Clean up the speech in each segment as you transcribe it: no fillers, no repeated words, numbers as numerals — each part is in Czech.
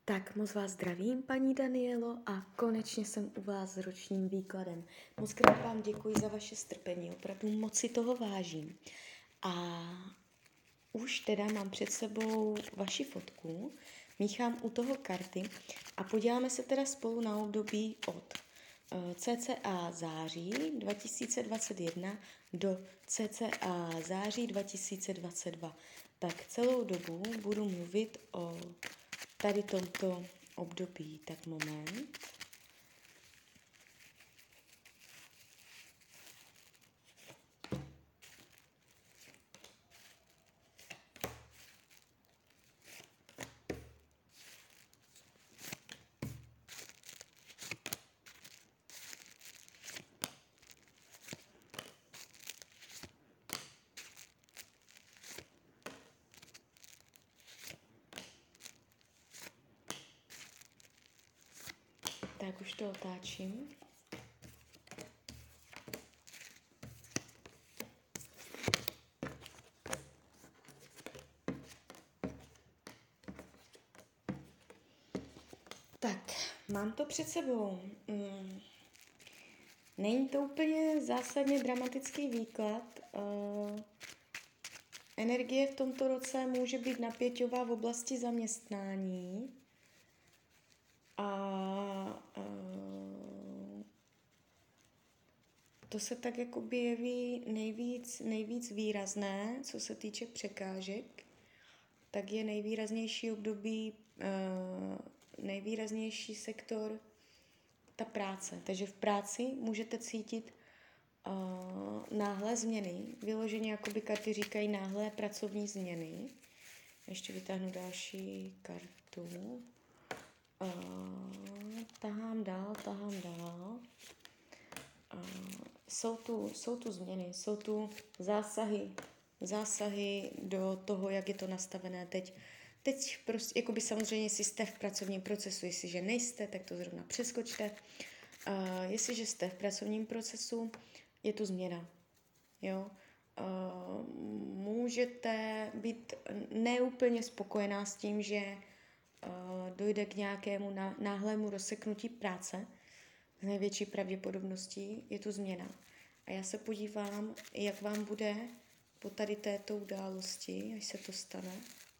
Tak moc vás zdravím, paní Danielo, a konečně jsem u vás s ročním výkladem. Moc krát vám děkuji za vaše strpení, opravdu moc si toho vážím. A už teda mám před sebou vaši fotku, míchám u toho karty a podíváme se teda spolu na období od cca září 2021 do cca září 2022. Tak celou dobu budu mluvit o tady tomto období. Tak moment. Tak už to otáčím. Tak, mám to před sebou. Není to úplně zásadně dramatický výklad. Energie v tomto roce může být napěťová v oblasti zaměstnání. To se tak jakoby jeví nejvíc výrazné, co se týče překážek, tak je nejvýraznější období, nejvýraznější sektor ta práce. Takže v práci můžete cítit náhlé změny. Vyloženě jakoby karty říkají náhlé pracovní změny. Ještě vytáhnu další kartu. Tahám dál. Jsou tu změny, jsou tu zásahy do toho, jak je to nastavené teď. Teď prostě, jakoby samozřejmě, jestli jste v pracovním procesu, jestliže nejste, tak to zrovna přeskočte. Jestliže jste v pracovním procesu, je tu změna. Jo? Můžete být neúplně spokojená s tím, že dojde k nějakému náhlému rozseknutí práce. Z největší pravděpodobností je tu změna. A já se podívám, jak vám bude po tady této události, až se to stane.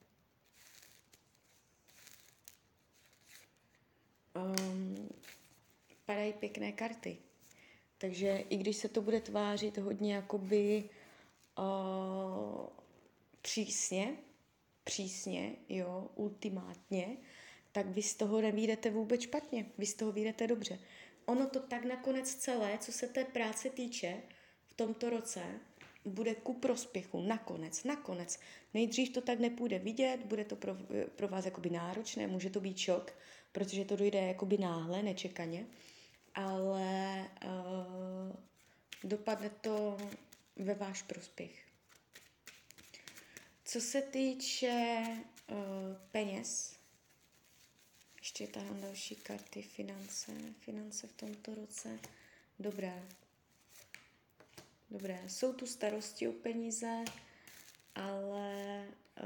Padají pěkné karty. Takže i když se to bude tvářit hodně jakoby přísně, jo, ultimátně, tak vy z toho nevyjdete vůbec špatně, vy z toho vyjdete dobře. Ono to tak nakonec celé, co se té práce týče, v tomto roce, bude ku prospěchu, nakonec. Nejdřív to tak nepůjde vidět, bude to pro vás jakoby náročné, může to být šok, protože to dojde jakoby náhle, nečekaně, ale dopadne to ve váš prospěch. Co se týče peněz, ještě tahám další karty, finance v tomto roce. Dobré. Jsou tu starosti o peníze, ale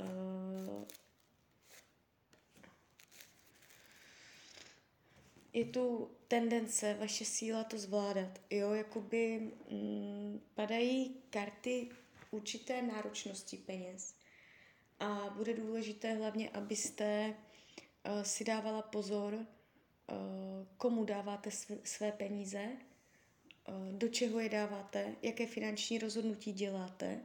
je tu tendence, vaše síla to zvládat. Jo, jakoby padají karty určité náročnosti peněz. A bude důležité hlavně, abyste si dávala pozor, komu dáváte své peníze, do čeho je dáváte, jaké finanční rozhodnutí děláte.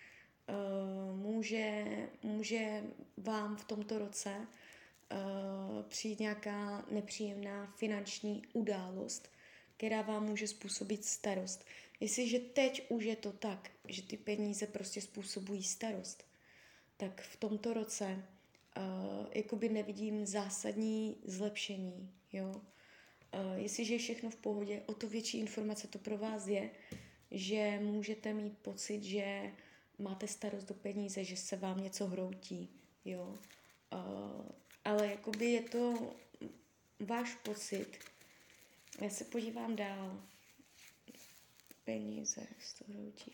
Může vám v tomto roce přijít nějaká nepříjemná finanční událost, která vám může způsobit starost. Jestliže teď už je to tak, že ty peníze prostě způsobují starost, tak v tomto roce jakoby nevidím zásadní zlepšení. Jo? Jestliže je všechno v pohodě, o to větší informace to pro vás je, že můžete mít pocit, že máte starost do peníze, že se vám něco hroutí. Jo? Ale jakoby je to váš pocit. Já se podívám dál. Peníze, jak se to hroutí.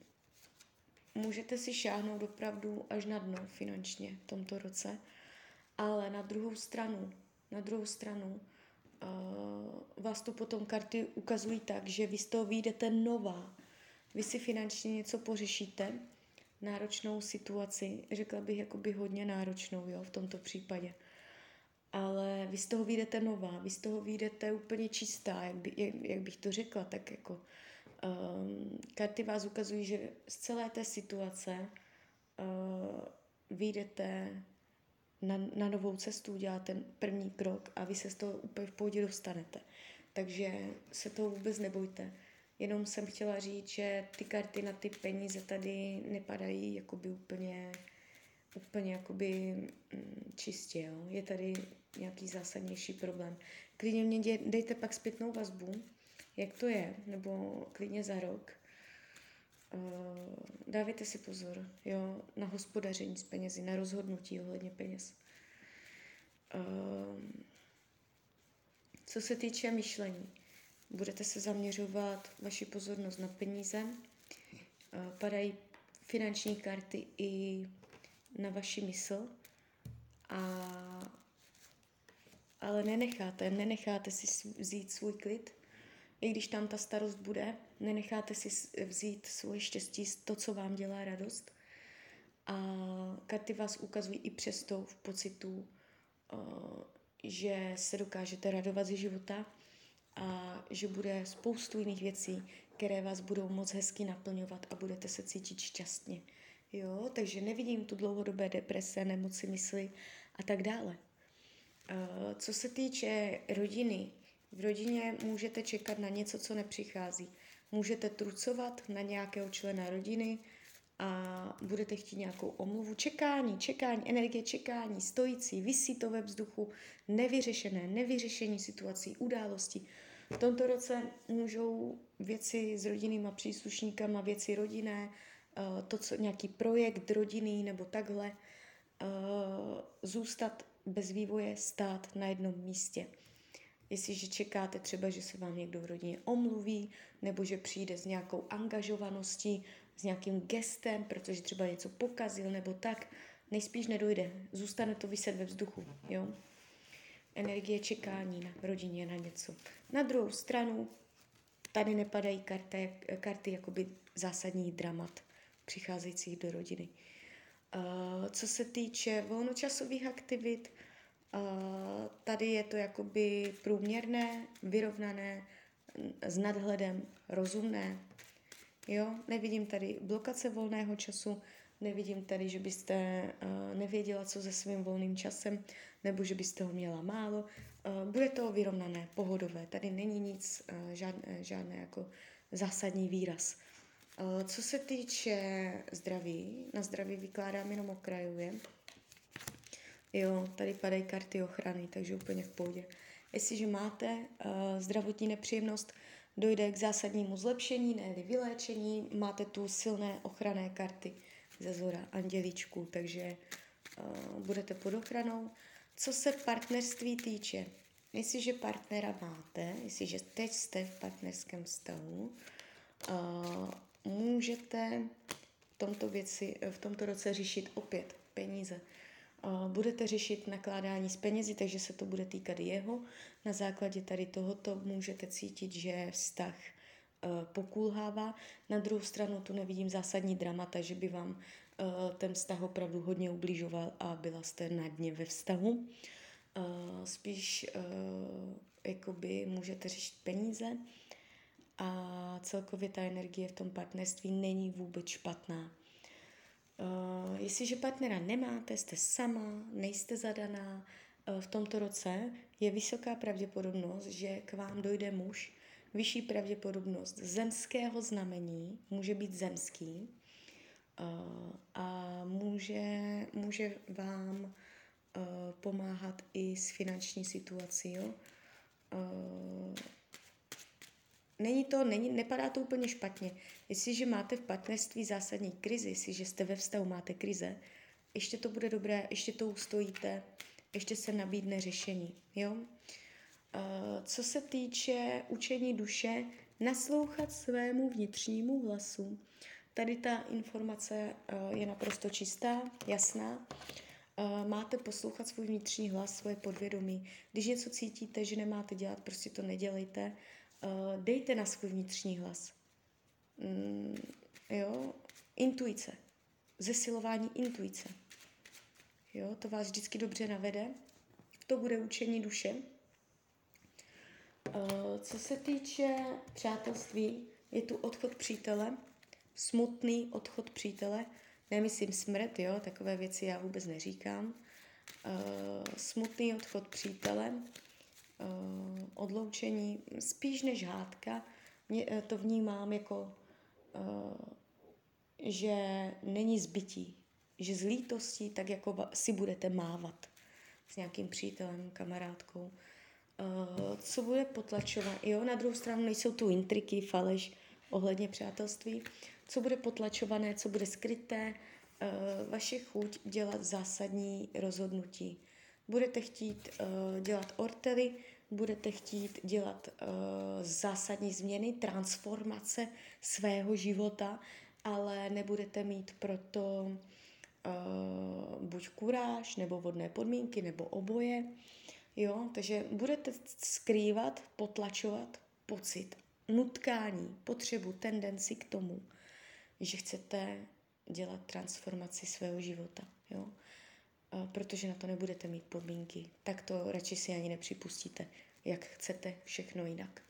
Můžete si šáhnout opravdu až na dno finančně v tomto roce. Ale na druhou stranu vás to potom karty ukazují tak, že vy z toho vyjdete nová. Vy si finančně něco pořešíte, náročnou situaci, řekla bych jakoby hodně náročnou, jo, v tomto případě. Ale vy z toho vyjdete nová, vy z toho vyjdete úplně čistá, jak bych to řekla, tak jako karty vás ukazují, že z celé té situace vyjdete na novou cestu, uděláte ten první krok a vy se z toho úplně v pohodě dostanete. Takže se toho vůbec nebojte. Jenom jsem chtěla říct, že ty karty na ty peníze tady nepadají jakoby úplně jakoby čistě, jo. Je tady nějaký zásadnější problém. Klidně mě dejte pak zpětnou vazbu, jak to je, nebo klidně za rok. Dávejte si pozor, jo, na hospodaření s penězi, na rozhodnutí ohledně peněz. Co se týče myšlení, budete se zaměřovat vaši pozornost na peníze, padají finanční karty i na vaši mysl, ale nenecháte si vzít svůj klid, i když tam ta starost bude, nenecháte si vzít svoje štěstí, to, co vám dělá radost. A karty vás ukazují i přesto v pocitu, že se dokážete radovat ze života a že bude spoustu jiných věcí, které vás budou moc hezky naplňovat a budete se cítit šťastně. Jo, takže nevidím tu dlouhodobé deprese, nemoci mysli a tak dále. Co se týče rodiny, v rodině můžete čekat na něco, co nepřichází. Můžete trucovat na nějakého člena rodiny a budete chtít nějakou omluvu. Čekání, energie čekání, stojící, visí to ve vzduchu, nevyřešení situací, událostí. V tomto roce můžou věci s rodinnýma příslušníkama, věci rodinné, nějaký projekt rodinný nebo takhle, zůstat bez vývoje, stát na jednom místě. Jestliže čekáte třeba, že se vám někdo v rodině omluví, nebo že přijde s nějakou angažovaností, s nějakým gestem, protože třeba něco pokazil, nebo tak, nejspíš nedojde. Zůstane to viset ve vzduchu, jo? Energie čekání na rodině na něco. Na druhou stranu, tady nepadají karty jakoby zásadních dramat přicházejících do rodiny. Co se týče volnočasových aktivit, tady je to jakoby průměrné, vyrovnané, s nadhledem, rozumné. Jo? Nevidím tady blokace volného času, nevidím tady, že byste nevěděla, co se svým volným časem, nebo že byste ho měla málo. Bude to vyrovnané, pohodové. Tady není nic, žádné jako zásadní výraz. Co se týče zdraví, na zdraví vykládám jenom okrajově. Jo, tady padají karty ochrany, takže úplně v pohodě. Jestliže máte zdravotní nepříjemnost, dojde k zásadnímu zlepšení, ne vyléčení, máte tu silné ochranné karty ze zora, andělíčku, takže budete pod ochranou. Co se partnerství týče, jestliže partnera máte, jestliže teď jste v partnerském vztahu, můžete v tomto roce řešit opět peníze. Budete řešit nakládání s penězi, takže se to bude týkat jeho. Na základě tady tohoto můžete cítit, že vztah pokulhává. Na druhou stranu tu nevidím zásadní dramata, že by vám ten vztah opravdu hodně ubližoval a byla jste na dně ve vztahu. Spíš jakoby můžete řešit peníze a celkově ta energie v tom partnerství není vůbec špatná. Jestliže partnera nemáte, jste sama, nejste zadaná, v tomto roce je vysoká pravděpodobnost, že k vám dojde muž, vyšší pravděpodobnost zemského znamení, může být zemský a může vám pomáhat i s finanční situací. Jo? Nepadá to úplně špatně. Jestliže máte v partnerství zásadní krizi, jestliže jste ve vztahu, máte krize, ještě to bude dobré, ještě to ustojíte, ještě se nabídne řešení. Jo? Co se týče učení duše, naslouchat svému vnitřnímu hlasu. Tady ta informace je naprosto čistá, jasná máte poslouchat svůj vnitřní hlas, svoje podvědomí. Když něco cítíte, že nemáte dělat, prostě to nedělejte. Dejte na svůj vnitřní hlas. Jo? Intuice. Zesilování intuice. Jo? To vás vždycky dobře navede. To bude učení duše. Co se týče přátelství, je tu odchod přítele, smutný odchod přítele, nemyslím smrt, jo, takové věci já vůbec neříkám. Smutný odchod přítele, odloučení, spíš než hádka, to vnímám jako, že není zbytí, že z lítostí tak jako si budete mávat s nějakým přítelem, kamarádkou. Co bude potlačovat? Jo, na druhou stranu nejsou tu intriky, faleš ohledně přátelství. Co bude potlačované, co bude skryté, vaše chuť dělat zásadní rozhodnutí. Budete chtít dělat ortely, budete chtít dělat zásadní změny, transformace svého života, ale nebudete mít proto buď kuráž, nebo vhodné podmínky, nebo oboje. Jo, takže budete skrývat, potlačovat pocit, nutkání, potřebu, tendenci k tomu, že chcete dělat transformaci svého života. Jo? Protože na to nebudete mít podmínky. Tak to radši si ani nepřipustíte, jak chcete všechno jinak.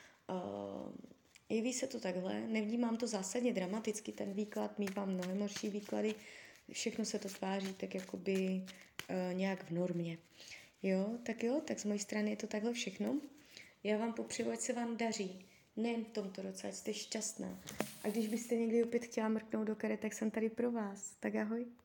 Jeví se to takhle, nevnímám to zásadně dramaticky, ten výklad, mívám mnohem horší výklady, všechno se to tváří tak jakoby nějak v normě. Jo, tak z mojí strany je to takhle všechno. Já vám popřeju, ať se vám daří, nejen v tomto roce, ať jste šťastná. A když byste někdy opět chtěla mrknout do karet, tak jsem tady pro vás. Tak ahoj.